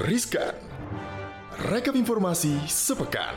Riskan. Rekap informasi sepekan.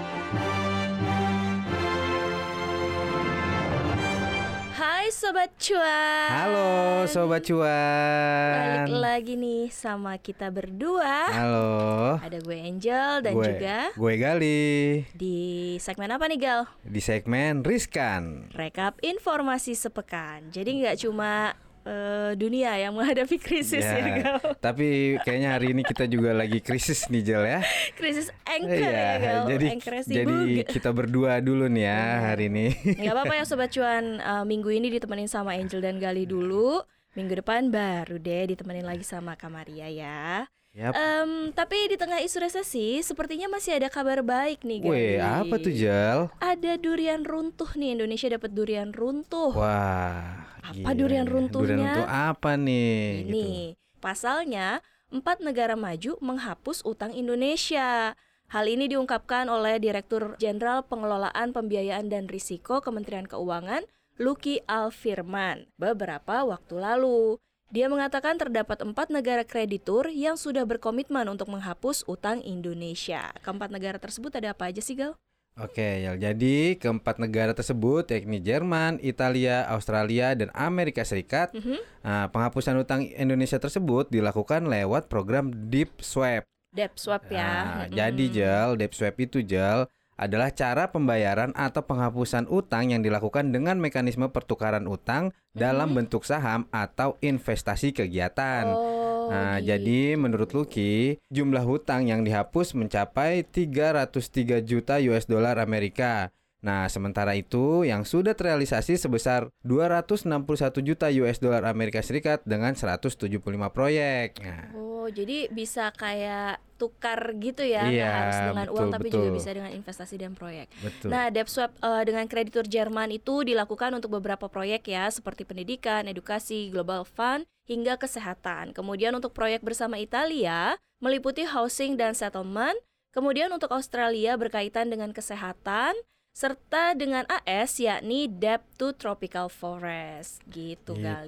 Hai Sobat Cuan. Halo Sobat Cuan. Balik lagi nih sama kita berdua. Halo. Ada gue Angel dan juga gue Gali. di segmen apa nih Gal? Di segmen Riskan. Rekap informasi sepekan. Jadi gak cuma dunia yang menghadapi krisis ya Gal. Tapi kayaknya hari ini kita juga lagi krisis nih Jel ya. Krisis anchor ya Gal. Jadi kita berdua dulu nih ya hari ini. Gak apa-apa ya Sobat Cuan, minggu ini ditemenin sama Angel dan Gali dulu. Minggu depan baru deh ditemenin lagi sama Kamaria ya. Yap. Tapi di tengah isu resesi sepertinya masih ada kabar baik nih Gali. Weh, apa tuh Jel? Ada durian runtuh nih, Indonesia dapat durian runtuh. Wah, apa durian runtuhnya? Durian runtuh apa nih? Ini pasalnya 4 negara maju menghapus utang Indonesia. Hal ini diungkapkan oleh Direktur Jenderal Pengelolaan Pembiayaan dan Risiko Kementerian Keuangan, Luki Alfirman, beberapa waktu lalu. Dia mengatakan terdapat 4 negara kreditur yang sudah berkomitmen untuk menghapus utang Indonesia. Keempat negara tersebut ada apa aja sih, Gal? Oke, jadi keempat negara tersebut yakni Jerman, Italia, Australia, dan Amerika Serikat. Nah, penghapusan utang Indonesia tersebut dilakukan lewat program Deep Swap. Debt swap ya. Jadi Jel, debt swap itu Jel adalah cara pembayaran atau penghapusan utang yang dilakukan dengan mekanisme pertukaran utang dalam bentuk saham atau investasi kegiatan. Jadi menurut Luki, jumlah hutang yang dihapus mencapai 303 juta US dollar Amerika. Nah, sementara itu yang sudah terrealisasi sebesar 261 juta US dollar Amerika Serikat dengan 175 proyek. Nah. Oh, jadi bisa kayak tukar gitu ya, Iya, nggak harus dengan betul, uang tapi betul. juga bisa dengan investasi dan proyek. Betul. Nah, debt swap dengan kreditur Jerman itu dilakukan untuk beberapa proyek ya, seperti pendidikan, edukasi, global fund, hingga kesehatan. Kemudian untuk proyek bersama Italia meliputi housing dan settlement. Kemudian untuk Australia berkaitan dengan kesehatan, serta dengan AS yakni Debt to Tropical Forest gitu kali.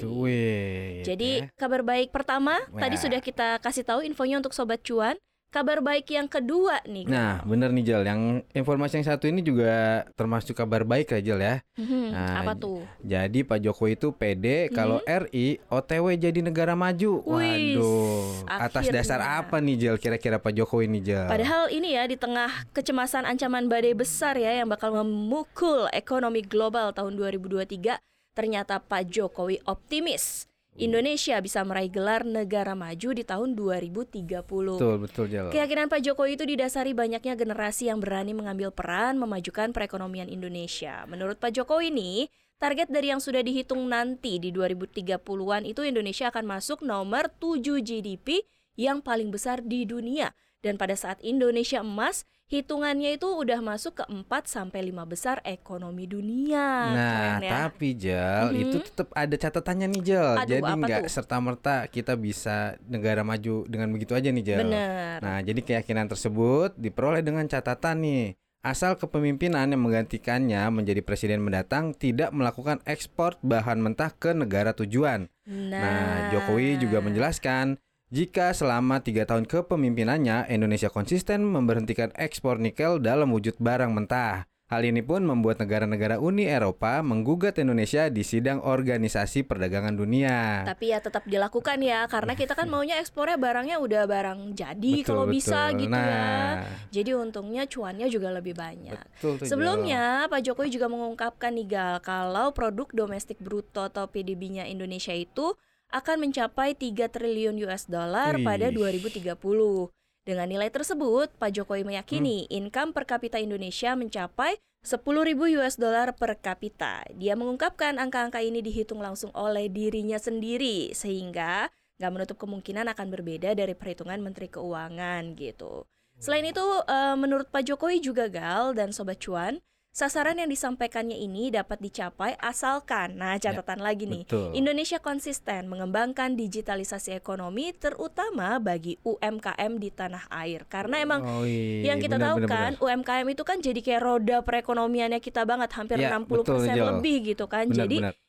Jadi kabar baik pertama tadi sudah kita kasih tahu infonya untuk Sobat Cuan. Kabar baik yang kedua nih. Nah, bener nih Jel, yang informasi yang satu ini juga termasuk kabar baik ya Jel ya. Nah, apa tuh? Jadi Pak Jokowi itu pede kalau RI OTW jadi negara maju. Waduh, atas dasar apa nih Jel kira-kira Pak Jokowi nih Jel? Padahal ini ya di tengah kecemasan ancaman badai besar ya yang bakal memukul ekonomi global tahun 2023, ternyata Pak Jokowi optimis Indonesia bisa meraih gelar negara maju di tahun 2030. Betul Jel. Keyakinan Pak Jokowi itu didasari banyaknya generasi yang berani mengambil peran memajukan perekonomian Indonesia. Menurut Pak Jokowi nih, target dari yang sudah dihitung nanti di 2030-an itu Indonesia akan masuk nomor 7 GDP yang paling besar di dunia. Dan pada saat Indonesia emas, hitungannya itu udah masuk ke 4-5 besar ekonomi dunia. Nah, keren ya? tapi Jel, itu tetap ada catatannya nih Jel. Aduh, jadi nggak tuh? serta-merta kita bisa negara maju dengan begitu aja nih Jel. Bener. Nah, jadi keyakinan tersebut diperoleh dengan catatan nih. Asal kepemimpinan yang menggantikannya menjadi presiden mendatang tidak melakukan ekspor bahan mentah ke negara tujuan. Nah, Jokowi juga menjelaskan jika selama 3 tahun kepemimpinannya Indonesia konsisten memberhentikan ekspor nikel dalam wujud barang mentah. Hal ini pun membuat negara-negara Uni Eropa menggugat Indonesia di sidang Organisasi Perdagangan Dunia. Tapi ya tetap dilakukan ya, karena kita kan maunya ekspornya barangnya udah barang jadi kalau bisa gitu ya. Jadi untungnya cuannya juga lebih banyak. Sebelumnya Pak Jokowi juga mengungkapkan nih Gal, kalau produk domestik bruto atau PDB-nya Indonesia itu akan mencapai 3 triliun US dollar pada 2030. Dengan nilai tersebut, Pak Jokowi meyakini income per kapita Indonesia mencapai 10.000 US dollar per kapita. Dia mengungkapkan angka-angka ini dihitung langsung oleh dirinya sendiri, sehingga nggak menutup kemungkinan akan berbeda dari perhitungan Menteri Keuangan gitu. Selain itu, menurut Pak Jokowi juga Gal dan Sobat Cuan, sasaran yang disampaikannya ini dapat dicapai asalkan, nah catatan lagi nih, Indonesia konsisten mengembangkan digitalisasi ekonomi terutama bagi UMKM di tanah air. Karena emang yang kita tahu kan UMKM itu kan jadi kayak roda perekonomiannya kita banget, hampir 60% lebih gitu kan. Jadi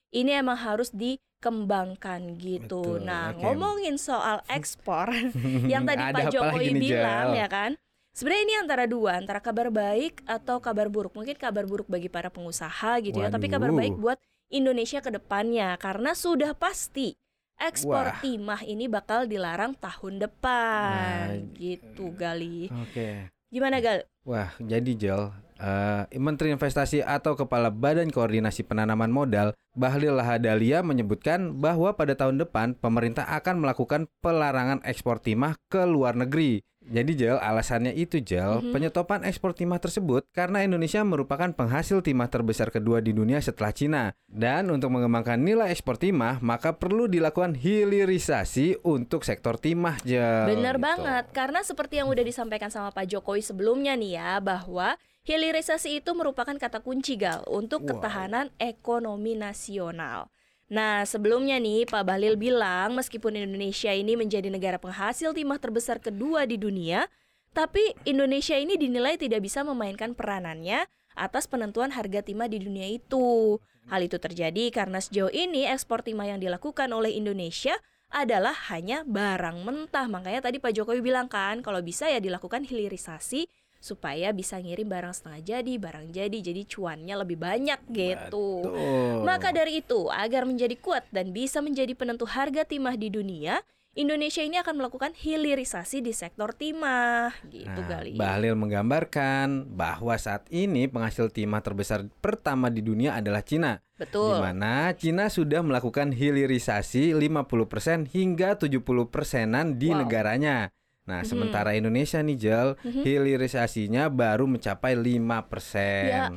ini emang harus dikembangkan gitu. Betul, Nah, oke. ngomongin soal ekspor yang tadi Ada Pak apa Jokowi lagi nih, bilang Jal? ya kan. Sebenarnya ini antara dua, antara kabar baik atau kabar buruk. Mungkin kabar buruk bagi para pengusaha gitu ya, tapi kabar baik Waduh. buat Indonesia ke depannya karena sudah pasti ekspor Wah. timah ini bakal dilarang tahun depan Nah, gitu Gali. Oke. Gimana Gal? Wah, jadi Jal, Menteri Investasi atau Kepala Badan Koordinasi Penanaman Modal, Bahlil Lahadalia menyebutkan bahwa pada tahun depan pemerintah akan melakukan pelarangan ekspor timah ke luar negeri. Jadi Jal, alasannya itu Jal, penyetopan ekspor timah tersebut karena Indonesia merupakan penghasil timah terbesar kedua di dunia setelah Cina. Dan untuk mengembangkan nilai ekspor timah, maka perlu dilakukan hilirisasi untuk sektor timah Jal. Bener Gitu. banget, karena seperti yang udah disampaikan sama Pak Jokowi sebelumnya nih ya, bahwa hilirisasi itu merupakan kata kunci Gal untuk Wow. ketahanan ekonomi nasional. Nah, sebelumnya nih Pak Bahlil bilang meskipun Indonesia ini menjadi negara penghasil timah terbesar kedua di dunia, tapi Indonesia ini dinilai tidak bisa memainkan peranannya atas penentuan harga timah di dunia itu. Hal itu terjadi karena sejauh ini ekspor timah yang dilakukan oleh Indonesia adalah hanya barang mentah. Makanya tadi Pak Jokowi bilang kan kalau bisa ya dilakukan hilirisasi supaya bisa ngirim barang setengah jadi cuannya lebih banyak gitu. Betul. Maka dari itu, agar menjadi kuat dan bisa menjadi penentu harga timah di dunia, Indonesia ini akan melakukan hilirisasi di sektor timah gitu Gali. Bahlil menggambarkan bahwa saat ini penghasil timah terbesar pertama di dunia adalah Cina. Betul. Di mana Cina sudah melakukan hilirisasi 50% hingga 70%-an di Wow. negaranya. Nah, sementara Indonesia nih Jal, hilirisasinya baru mencapai 5%. Ya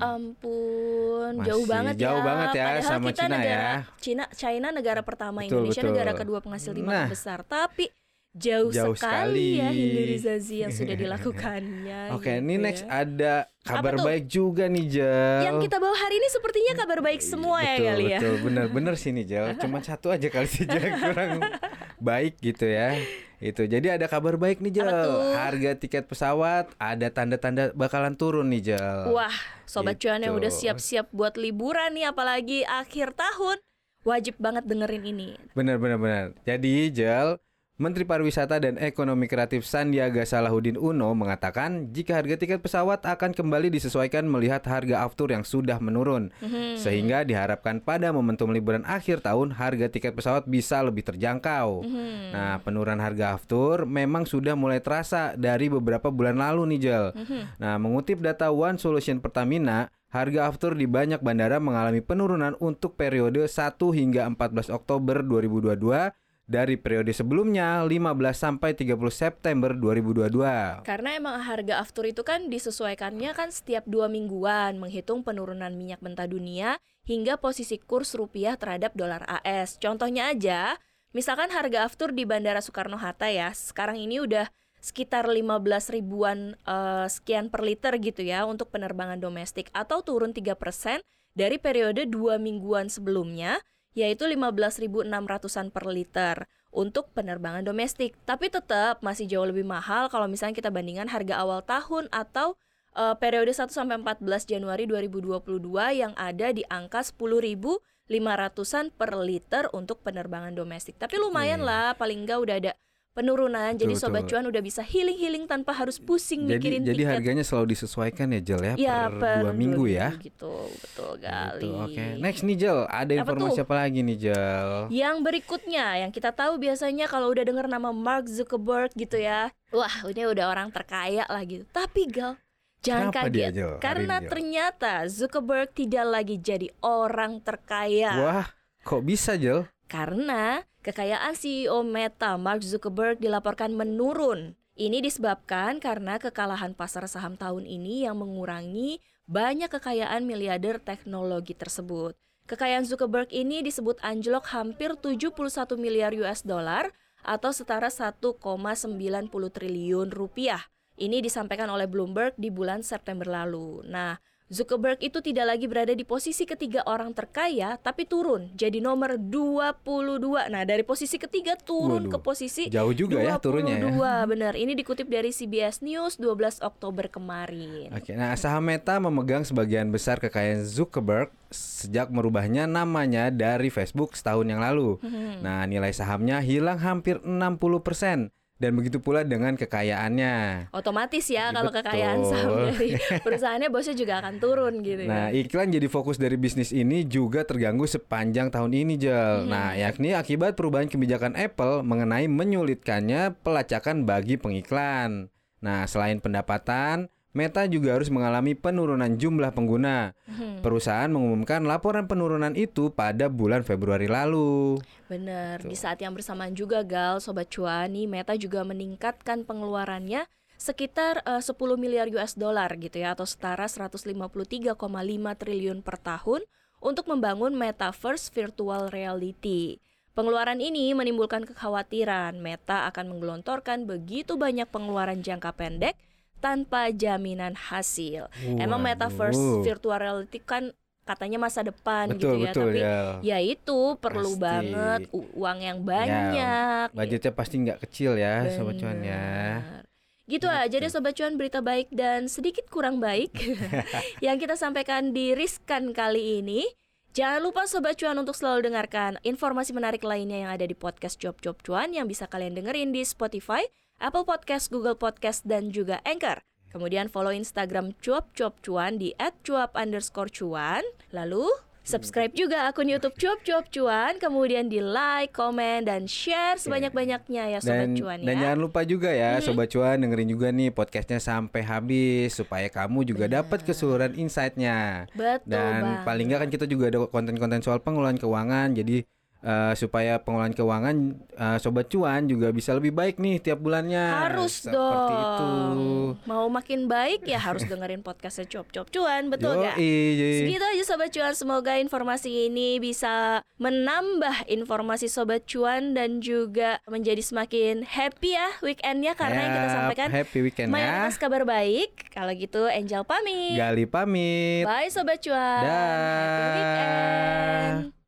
ampun, jauh Masih banget ya. jauh banget ya Padahal sama kita Cina negara, ya. China negara pertama, Betul, Indonesia betul. negara kedua penghasil timah Nah, terbesar. Tapi jauh jauh sekali ya sekali. hilirisasi yang sudah dilakukannya. Oke, gitu ini next ya. ada kabar Apa tuh? baik juga nih Jal. Yang kita bawa hari ini sepertinya kabar baik semua ya kali ya. Betul, bener sih nih Jal. Cuma satu aja kali sih Jal yang kurang baik gitu ya. Itu. Jadi ada kabar baik nih Jal. Apa tuh? Harga tiket pesawat ada tanda-tanda bakalan turun nih Jal. Wah, sobat cuan yang Gitu. udah siap-siap buat liburan nih, apalagi akhir tahun, wajib banget dengerin ini. Benar. Jadi Jal, Menteri Pariwisata dan Ekonomi Kreatif Sandiaga Salahuddin Uno mengatakan jika harga tiket pesawat akan kembali disesuaikan melihat harga aftur yang sudah menurun. Sehingga diharapkan pada momentum liburan akhir tahun harga tiket pesawat bisa lebih terjangkau. Nah, penurunan harga aftur memang sudah mulai terasa dari beberapa bulan lalu nih Jal. Nah, mengutip data One Solution Pertamina, harga aftur di banyak bandara mengalami penurunan untuk periode 1 hingga 14 Oktober 2022 dari periode sebelumnya 15 sampai 30 September 2022. Karena emang harga aftur itu kan disesuaikannya kan setiap 2 mingguan, menghitung penurunan minyak mentah dunia hingga posisi kurs rupiah terhadap dolar AS. Contohnya aja, misalkan harga aftur di Bandara Soekarno-Hatta ya, sekarang ini udah sekitar 15 ribuan sekian per liter gitu ya untuk penerbangan domestik, atau turun 3% dari periode 2 mingguan sebelumnya, yaitu 15.600-an per liter untuk penerbangan domestik. Tapi tetap masih jauh lebih mahal kalau misalnya kita bandingkan harga awal tahun atau periode 1 sampai 14 Januari 2022 yang ada di angka 10.500-an per liter untuk penerbangan domestik. Tapi lumayan lah, paling enggak udah ada penurunan. Jadi sobat cuan udah bisa healing tanpa harus pusing mikirin Jadi tiket. harganya selalu disesuaikan ya Jel ya, Ya, per 2 minggu ya. Gitu, betul kali. Gitu, oke. Next nih Jel, ada informasi apa lagi nih Jel? Yang berikutnya, yang kita tahu biasanya kalau udah denger nama Mark Zuckerberg gitu ya, wah ini udah orang terkaya lah gitu. Tapi Gal, jangan Kenapa dia, kaget, Jel, hari karena ini, Jel? ternyata Zuckerberg tidak lagi jadi orang terkaya. Wah, kok bisa Jel? Karena kekayaan CEO Meta Mark Zuckerberg dilaporkan menurun. Ini disebabkan karena kekalahan pasar saham tahun ini yang mengurangi banyak kekayaan miliarder teknologi tersebut. Kekayaan Zuckerberg ini disebut anjlok hampir 71 miliar US dollar atau setara 1,90 triliun rupiah. Ini disampaikan oleh Bloomberg di bulan September lalu. Nah, Zuckerberg itu tidak lagi berada di posisi ketiga orang terkaya, tapi turun jadi nomor 22. Nah, dari posisi ketiga turun ke posisi jauh juga 22, ya turunnya ya. Benar, ini dikutip dari CBS News 12 Oktober kemarin. Oke, nah saham Meta memegang sebagian besar kekayaan Zuckerberg sejak merubahnya namanya dari Facebook setahun yang lalu. Nah, nilai sahamnya hilang hampir 60%. Dan begitu pula dengan kekayaannya. Otomatis ya kalau kekayaan saham dari perusahaannya, bosnya juga akan turun gitu. Nah, iklan jadi fokus dari bisnis ini juga terganggu sepanjang tahun ini, Jel. Nah, yakni akibat perubahan kebijakan Apple mengenai menyulitkannya pelacakan bagi pengiklan. Nah, selain pendapatan, Meta juga harus mengalami penurunan jumlah pengguna. Perusahaan mengumumkan laporan penurunan itu pada bulan Februari lalu. Benar, di saat yang bersamaan juga Gal, Sobat Cuan, nih Meta juga meningkatkan pengeluarannya sekitar 10 miliar US dollar gitu ya, atau setara 153,5 triliun per tahun untuk membangun Metaverse Virtual Reality. Pengeluaran ini menimbulkan kekhawatiran Meta akan menggelontorkan begitu banyak pengeluaran jangka pendek tanpa jaminan hasil. Emang Metaverse Virtual Reality kan katanya masa depan gitu ya, tapi ya itu perlu banget uang yang banyak. Ya, budgetnya pasti nggak kecil ya, Sobat Cuan ya. Gitu aja deh Sobat Cuan, berita baik dan sedikit kurang baik yang kita sampaikan di Riskan kali ini. Jangan lupa Sobat Cuan untuk selalu dengarkan informasi menarik lainnya yang ada di podcast Cuap Cuan yang bisa kalian dengerin di Spotify, Apple Podcast, Google Podcast, dan juga Anchor. Kemudian follow Instagram Cuap Cuan di @cuap_cuan. Lalu subscribe juga akun YouTube Cuap Cuan. Kemudian di like, komen, dan share sebanyak-banyaknya ya Sobat Cuan ya. Dan jangan lupa juga ya Sobat Cuan, dengerin juga nih podcastnya sampai habis supaya kamu juga dapat keseluruhan insight-nya. Betul. Dan paling nggak kan kita juga ada konten-konten soal pengelolaan keuangan. Jadi supaya pengelolaan keuangan Sobat Cuan juga bisa lebih baik nih tiap bulannya. Harus seperti dong. Itu. Mau makin baik ya harus dengerin podcastnya Cuap Cuan, betul gak? Segitu aja Sobat Cuan, semoga informasi ini bisa menambah informasi Sobat Cuan dan juga menjadi semakin happy ya weekendnya, karena yang kita sampaikan happy weekend ya. mayoritas kabar baik. Kalau gitu Angel pamit, Gali pamit. bye Sobat Cuan. Dah. Happy weekend.